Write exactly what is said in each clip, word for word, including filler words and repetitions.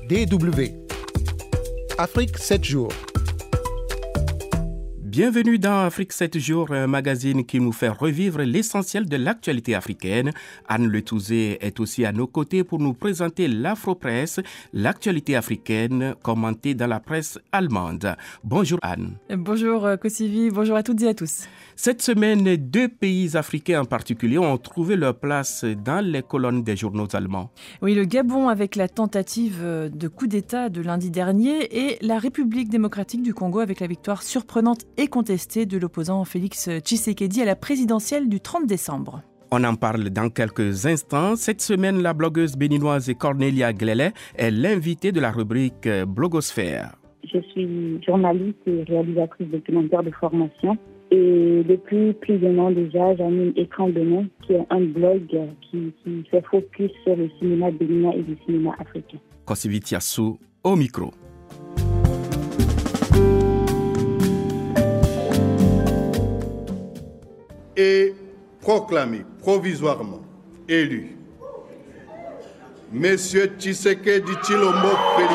D W. Afrique sept jours. Bienvenue dans Afrique sept jours, un magazine qui nous fait revivre l'essentiel de l'actualité africaine. Anne Letouzé est aussi à nos côtés pour nous présenter l'Afropresse, l'actualité africaine commentée dans la presse allemande. Bonjour Anne. Bonjour Kosivi, bonjour à toutes et à tous. Cette semaine, deux pays africains en particulier ont trouvé leur place dans les colonnes des journaux allemands. Oui, le Gabon avec la tentative de coup d'État de lundi dernier et la République démocratique du Congo avec la victoire surprenante et contestée de l'opposant Félix Tshisekedi à la présidentielle du trente décembre. On en parle dans quelques instants. Cette semaine, la blogueuse béninoise Cornelia Glele est l'invitée de la rubrique Blogosphère. Je suis journaliste et réalisatrice documentaire de formation. Et depuis plus d'un an déjà, j'anime Écran de Main, qui est un blog qui, qui fait focus sur le cinéma béninois et le cinéma africain. Kosivi Tiassou au micro. Et proclamé provisoirement élu Monsieur Tshisekedi Tshilombo Félix.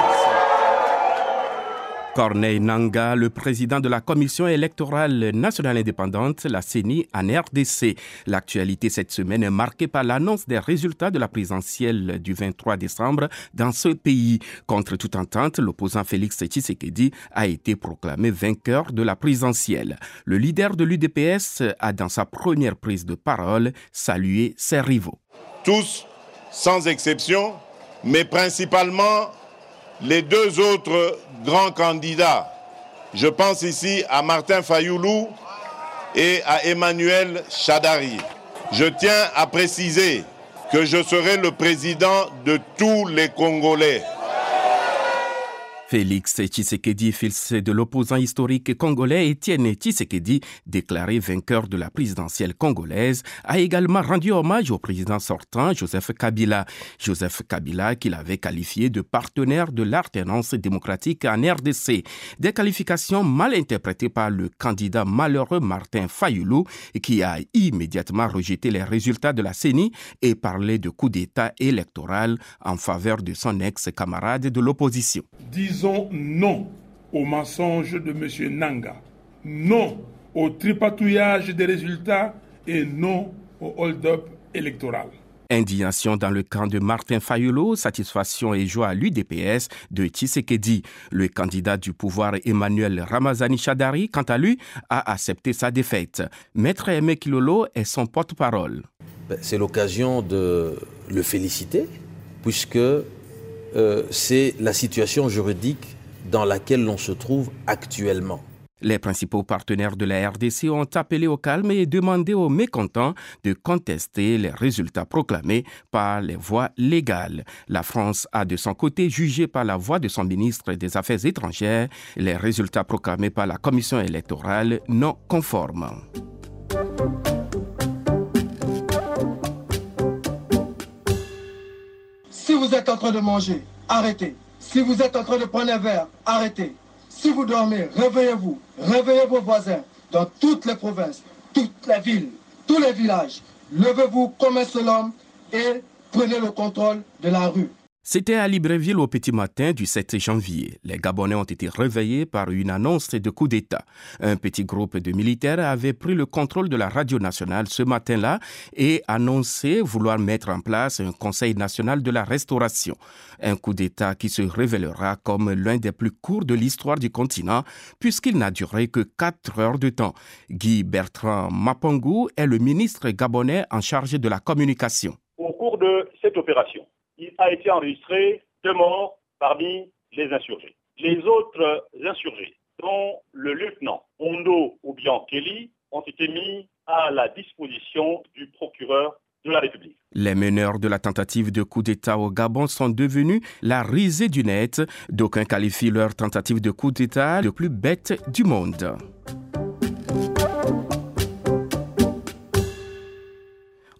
Corneille Nangaa, le président de la Commission électorale nationale indépendante, la C E N I, en R D C. L'actualité cette semaine est marquée par l'annonce des résultats de la présidentielle du vingt-trois décembre dans ce pays. Contre toute entente, l'opposant Félix Tshisekedi a été proclamé vainqueur de la présidentielle. Le leader de l'U D P S a, dans sa première prise de parole, salué ses rivaux. Tous, sans exception, mais principalement les deux autres grands candidats. Je pense ici à Martin Fayoulou et à Emmanuel Shadari. Je tiens à préciser que je serai le président de tous les Congolais. Félix Tshisekedi, fils de l'opposant historique congolais Étienne Tshisekedi, déclaré vainqueur de la présidentielle congolaise, a également rendu hommage au président sortant Joseph Kabila. Joseph Kabila qu'il avait qualifié de partenaire de l'alternance démocratique en R D C. Des qualifications mal interprétées par le candidat malheureux Martin Fayoulou qui a immédiatement rejeté les résultats de la C E N I et parlé de coup d'État électoral en faveur de son ex-camarade de l'opposition. Disons non au mensonge de M. Nangaa, non au tripatouillage des résultats et non au hold-up électoral. Indignation dans le camp de Martin Fayoulou, satisfaction et joie à l'U D P S de Tshisekedi. Le candidat du pouvoir Emmanuel Ramazani Shadari, quant à lui, a accepté sa défaite. Maître Aimé Kilolo est son porte-parole. C'est l'occasion de le féliciter, puisque Euh, c'est la situation juridique dans laquelle l'on se trouve actuellement. Les principaux partenaires de la R D C ont appelé au calme et demandé aux mécontents de contester les résultats proclamés par les voies légales. La France a de son côté jugé par la voix de son ministre des Affaires étrangères les résultats proclamés par la commission électorale non conformes. Si vous êtes en train de manger, arrêtez. Si vous êtes en train de prendre un verre, arrêtez. Si vous dormez, réveillez-vous. Réveillez vos voisins dans toutes les provinces, toutes les villes, tous les villages. Levez-vous comme un seul homme et prenez le contrôle de la rue. C'était à Libreville au petit matin du sept janvier. Les Gabonais ont été réveillés par une annonce de coup d'État. Un petit groupe de militaires avait pris le contrôle de la radio nationale ce matin-là et annoncé vouloir mettre en place un conseil national de la restauration. Un coup d'État qui se révélera comme l'un des plus courts de l'histoire du continent puisqu'il n'a duré que quatre heures de temps. Guy Bertrand Mapongou est le ministre gabonais en charge de la communication. Au cours de cette opération, il a été enregistré deux morts parmi les insurgés. Les autres insurgés, dont le lieutenant Ondo Obiang Kelly, ont été mis à la disposition du procureur de la République. Les meneurs de la tentative de coup d'État au Gabon sont devenus la risée du net. D'aucuns qualifient leur tentative de coup d'État le plus bête du monde.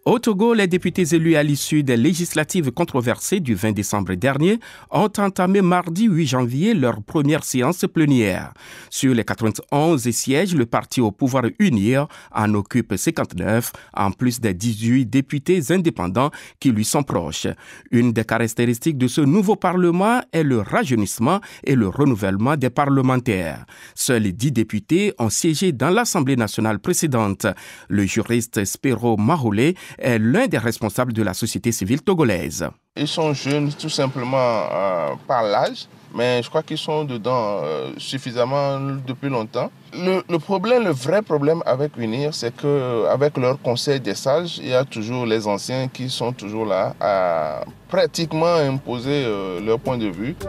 Au Togo, les députés élus à l'issue des législatives controversées du vingt décembre dernier ont entamé mardi huit janvier leur première séance plénière. Sur les quatre-vingt-onze sièges, le parti au pouvoir UNIR en occupe cinquante-neuf, en plus des dix-huit députés indépendants qui lui sont proches. Une des caractéristiques de ce nouveau Parlement est le rajeunissement et le renouvellement des parlementaires. Seuls dix députés ont siégé dans l'Assemblée nationale précédente. Le juriste Spero Mahoulé est l'un des responsables de la société civile togolaise. Ils sont jeunes tout simplement euh, par l'âge, mais je crois qu'ils sont dedans euh, suffisamment depuis longtemps. Le, le problème, le vrai problème avec UNIR, c'est qu'avec leur conseil des sages, il y a toujours les anciens qui sont toujours là à pratiquement imposer euh, leur point de vue.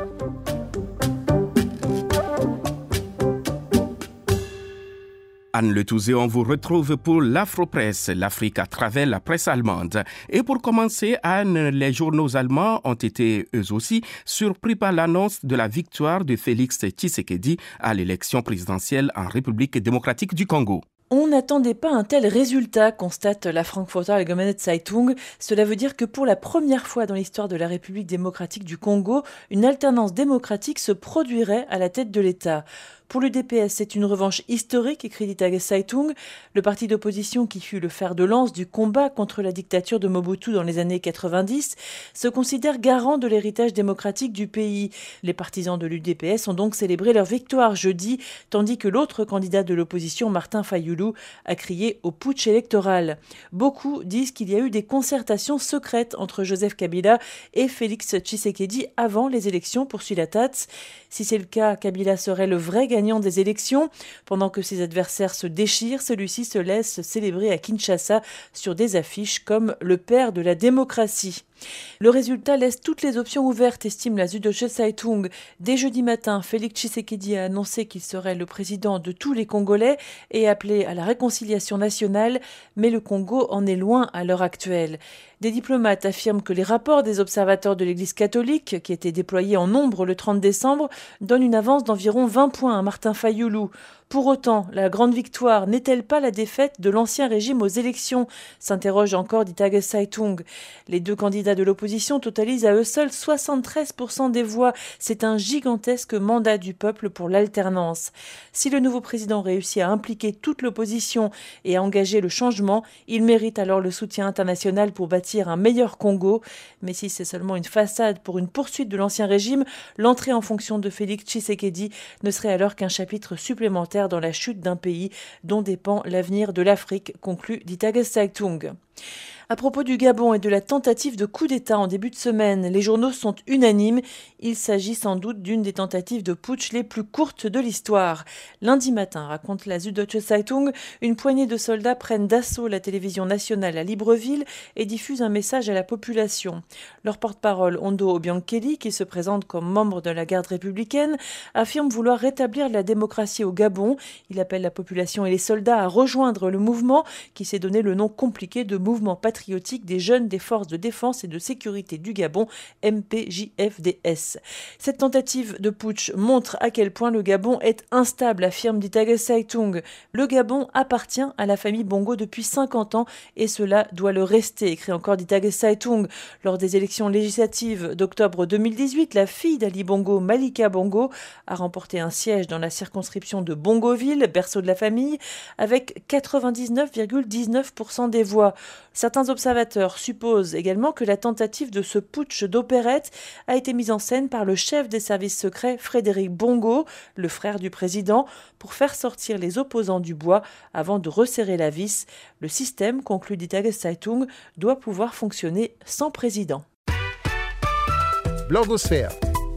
Anne Le Touzé, on vous retrouve pour l'Afro-Presse, l'Afrique à travers la presse allemande. Et pour commencer, Anne, les journaux allemands ont été eux aussi surpris par l'annonce de la victoire de Félix Tshisekedi à l'élection présidentielle en République démocratique du Congo. On n'attendait pas un tel résultat, constate la Frankfurter Allgemeine Zeitung. Cela veut dire que pour la première fois dans l'histoire de la République démocratique du Congo, une alternance démocratique se produirait à la tête de l'État. Pour l'U D P S, c'est une revanche historique, écrit Die Tageszeitung. Le parti d'opposition qui fut le fer de lance du combat contre la dictature de Mobutu dans les années quatre-vingt-dix se considère garant de l'héritage démocratique du pays. Les partisans de l'U D P S ont donc célébré leur victoire jeudi, tandis que l'autre candidat de l'opposition, Martin Fayoulou, a crié au putsch électoral. Beaucoup disent qu'il y a eu des concertations secrètes entre Joseph Kabila et Félix Tshisekedi avant les élections, poursuit la Taz. Si c'est le cas, Kabila serait le vrai gagnant des élections. Pendant que ses adversaires se déchirent, celui-ci se laisse célébrer à Kinshasa sur des affiches comme le père de la démocratie. Le résultat laisse toutes les options ouvertes, estime la Süddeutsche Zeitung. Dès jeudi matin, Félix Tshisekedi a annoncé qu'il serait le président de tous les Congolais et appelé à la réconciliation nationale, mais le Congo en est loin à l'heure actuelle. Des diplomates affirment que les rapports des observateurs de l'Église catholique, qui étaient déployés en nombre le trente décembre, donnent une avance d'environ vingt points à Martin Fayoulou. Pour autant, la grande victoire n'est-elle pas la défaite de l'ancien régime aux élections, s'interroge encore Die Tageszeitung. Les deux candidats de l'opposition totalisent à eux seuls soixante-treize pour cent des voix. C'est un gigantesque mandat du peuple pour l'alternance. Si le nouveau président réussit à impliquer toute l'opposition et à engager le changement, il mérite alors le soutien international pour bâtir un meilleur Congo. Mais si c'est seulement une façade pour une poursuite de l'ancien régime, l'entrée en fonction de Félix Tshisekedi ne serait alors qu'un chapitre supplémentaire dans la chute d'un pays dont dépend l'avenir de l'Afrique, conclut Die Tageszeitung. À propos du Gabon et de la tentative de coup d'État en début de semaine, les journaux sont unanimes. Il s'agit sans doute d'une des tentatives de putsch les plus courtes de l'histoire. Lundi matin, raconte la Süddeutsche Zeitung, une poignée de soldats prennent d'assaut la télévision nationale à Libreville et diffusent un message à la population. Leur porte-parole, Ondo Obiangeli, qui se présente comme membre de la garde républicaine, affirme vouloir rétablir la démocratie au Gabon. Il appelle la population et les soldats à rejoindre le mouvement qui s'est donné le nom compliqué de Mouvement patriotique des jeunes des forces de défense et de sécurité du Gabon, M P J F D S. Cette tentative de putsch montre à quel point le Gabon est instable, affirme Die Tageszeitung. Le Gabon appartient à la famille Bongo depuis cinquante ans et cela doit le rester, écrit encore Die Tageszeitung. Lors des élections législatives d'octobre deux mille dix-huit, la fille d'Ali Bongo, Malika Bongo, a remporté un siège dans la circonscription de Bongoville, berceau de la famille, avec quatre-vingt-dix-neuf virgule dix-neuf pour cent des voix. Certains observateurs supposent également que la tentative de ce putsch d'opérette a été mise en scène par le chef des services secrets Frédéric Bongo, le frère du président, pour faire sortir les opposants du bois avant de resserrer la vis. Le système, conclut Die Tageszeitung, doit pouvoir fonctionner sans président. Blogosphère.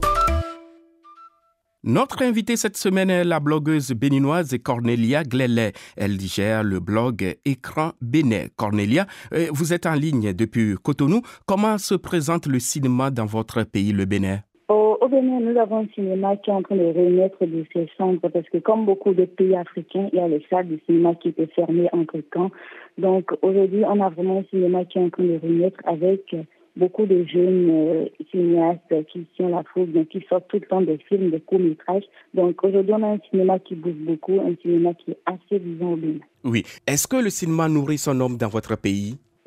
Notre invitée cette semaine est la blogueuse béninoise Cornelia Glellet. Elle gère le blog Écran Bénin. Cornelia, vous êtes en ligne depuis Cotonou. Comment se présente le cinéma dans votre pays, le Bénin? Au, au Bénin, nous avons un cinéma qui est en train de renaître de ses cendres parce que comme beaucoup de pays africains, il y a les salles de cinéma qui étaient fermées entre camps. Donc aujourd'hui, on a vraiment un cinéma qui est en train de renaître avec beaucoup de jeunes euh, cinéastes qui sont la foule, donc qui sortent tout le temps des films, des courts-métrages. Donc aujourd'hui, on a un cinéma qui bouge beaucoup, un cinéma qui est assez vivant au Bénin. Oui. Est-ce que le cinéma nourrit son homme dans votre pays? Oui,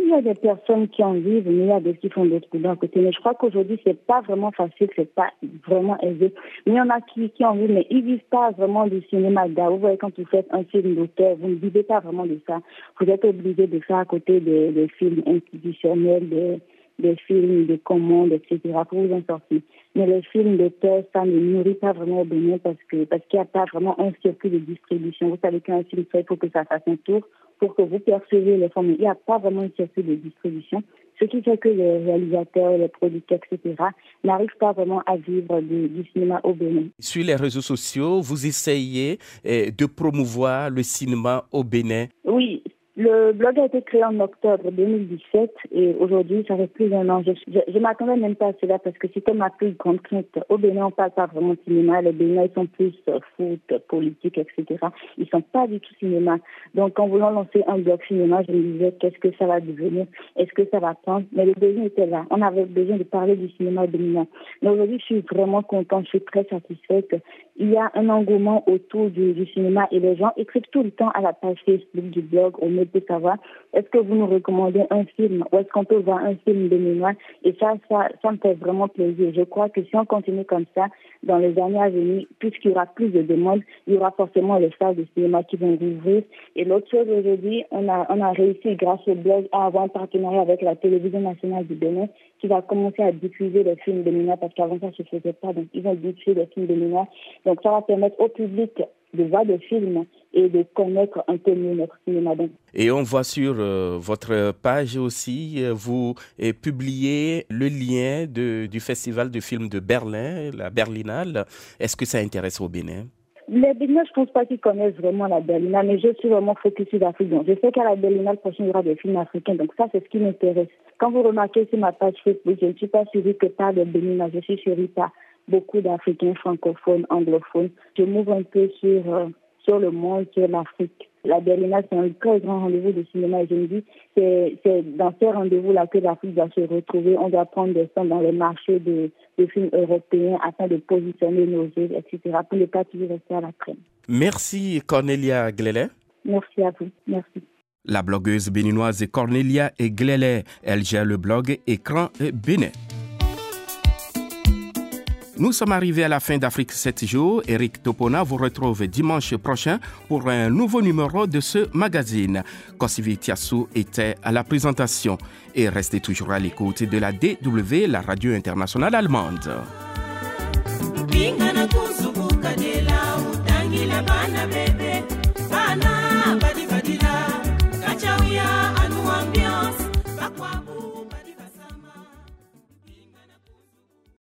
il y a des personnes qui en vivent, mais il y a des qui font d'autres boulots à côté. Mais je crois qu'aujourd'hui, c'est pas vraiment facile, c'est pas vraiment aisé. Mais il y en a qui, qui en vivent, mais ils vivent pas vraiment du cinéma d'art. Vous voyez, quand vous faites un film d'auteur, vous ne vivez pas vraiment de ça. Vous êtes obligé de faire à côté des, des films institutionnels, des, des films de commandes, et cetera pour vous en sortir. Mais les films d'auteur, ça ne nourrit pas vraiment au Bénin parce que parce qu'il n'y a pas vraiment un circuit de distribution. Vous savez qu'un film, il faut que ça fasse un tour pour que vous perceviez les fonds. Mais il n'y a pas vraiment un circuit de distribution. Ce qui fait que les réalisateurs, les producteurs, et cetera n'arrivent pas vraiment à vivre du, du cinéma au Bénin. Sur les réseaux sociaux, vous essayez eh, de promouvoir le cinéma au Bénin. Oui. Le blog a été créé en octobre deux mille dix-sept et aujourd'hui, ça fait plus d'un an. Je ne m'attendais même pas à cela parce que c'était ma plus grande crainte. Au Bénin, on ne parle pas vraiment de cinéma. Les Bénins, ils sont plus euh, foot, politique, et cetera. Ils ne sont pas du tout cinéma. Donc, en voulant lancer un blog cinéma, je me disais, qu'est-ce que ça va devenir? Est-ce que ça va prendre? Mais le besoin était là. On avait besoin de parler du cinéma béninois. Mais aujourd'hui, je suis vraiment contente. Je suis très satisfaite. Il y a un engouement autour du, du cinéma et les gens écrivent tout le temps à la page Facebook du blog au mail de savoir est-ce que vous nous recommandez un film ou est-ce qu'on peut voir un film béninois et ça, ça, ça me fait vraiment plaisir. Je crois que si on continue comme ça dans les années à venir, puisqu'il y aura plus de demandes, il y aura forcément les salles de cinéma qui vont rouvrir. Et l'autre chose aujourd'hui, on a, on a réussi grâce au blog à avoir un partenariat avec la télévision nationale du Bénin qui va commencer à diffuser les films béninois parce qu'avant ça, ça ne se faisait pas. Donc, ils vont diffuser les films béninois. Donc, ça va permettre au public de voir des films et de connaître un peu mieux notre cinéma. Et on voit sur euh, votre page aussi, euh, vous euh, publiez le lien de, du Festival de films de Berlin, la Berlinale. Est-ce que ça intéresse au Bénin? Les Béninois, je ne pense pas qu'ils connaissent vraiment la Berlinale, mais je suis vraiment focus sur l'Afrique. Donc, je sais qu'à la Berlinale prochaine, il y aura des films africains. Donc ça, c'est ce qui m'intéresse. Quand vous remarquez sur ma page Facebook, je ne suis pas suivie que par des Béninois, je suis suivie par beaucoup d'Africains francophones, anglophones. Je m'ouvre un peu sur, euh, sur le monde, sur l'Afrique. La Berlinale, c'est un très grand rendez-vous de cinéma et je me dis, c'est, c'est dans ces rendez-vous-là que l'Afrique doit se retrouver. On doit prendre des stands dans les marchés de, de films européens afin de positionner nos œuvres, et cetera, pour ne pas toujours rester à la traîne. Merci Cornelia Glele. Merci à vous. Merci. La blogueuse béninoise Cornelia Glele, elle gère le blog Écran Bénin. Nous sommes arrivés à la fin d'Afrique sept jours. Eric Topona vous retrouve dimanche prochain pour un nouveau numéro de ce magazine. Kosivi Tiassou était à la présentation. Et restez toujours à l'écoute de la D W, la radio internationale allemande.